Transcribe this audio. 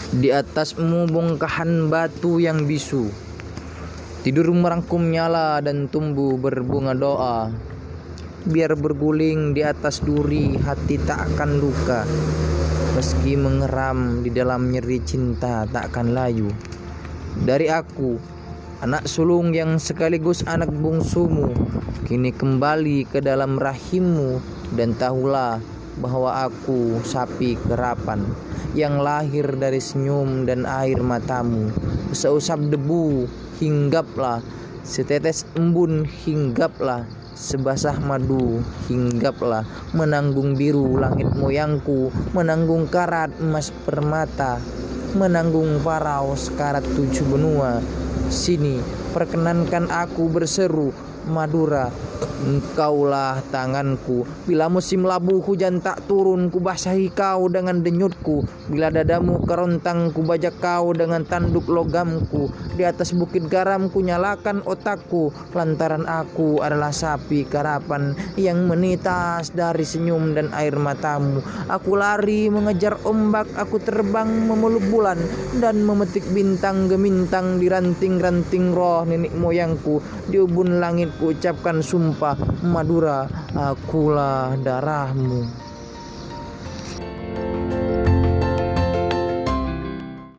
Di atasmu bongkahan batu yang bisu, tidur merangkum nyala dan tumbuh berbunga doa. Biar berguling di atas duri, hati tak akan luka. Meski mengeram di dalam nyeri cinta tak akan layu. Dari aku, anak sulung yang sekaligus anak bungsumu, kini kembali ke dalam rahimmu. Dan tahulah bahwa aku sapi kerapan yang lahir dari senyum dan air matamu. Seusap debu hinggaplah, setetes embun hinggaplah, sebasah madu hinggaplah, menanggung biru langit moyangku, menanggung karat emas permata, menanggung parau sekarat 7 benua. Sini perkenankan aku berseru, Madura, engkaulah tanganku. Bila musim labu hujan tak turun, ku basahi kau dengan denyutku. Bila dadamu kerontang, ku bajak kau dengan tanduk logamku. Di atas bukit garam ku nyalakan otakku, lantaran aku adalah sapi karapan yang menitas dari senyum dan air matamu. Aku lari mengejar ombak, aku terbang memeluk bulan dan memetik bintang gemintang di ranting-ranting roh nenek moyangku. Di ubun langit ku ucapkan sumpah, Madura, akulah darahmu.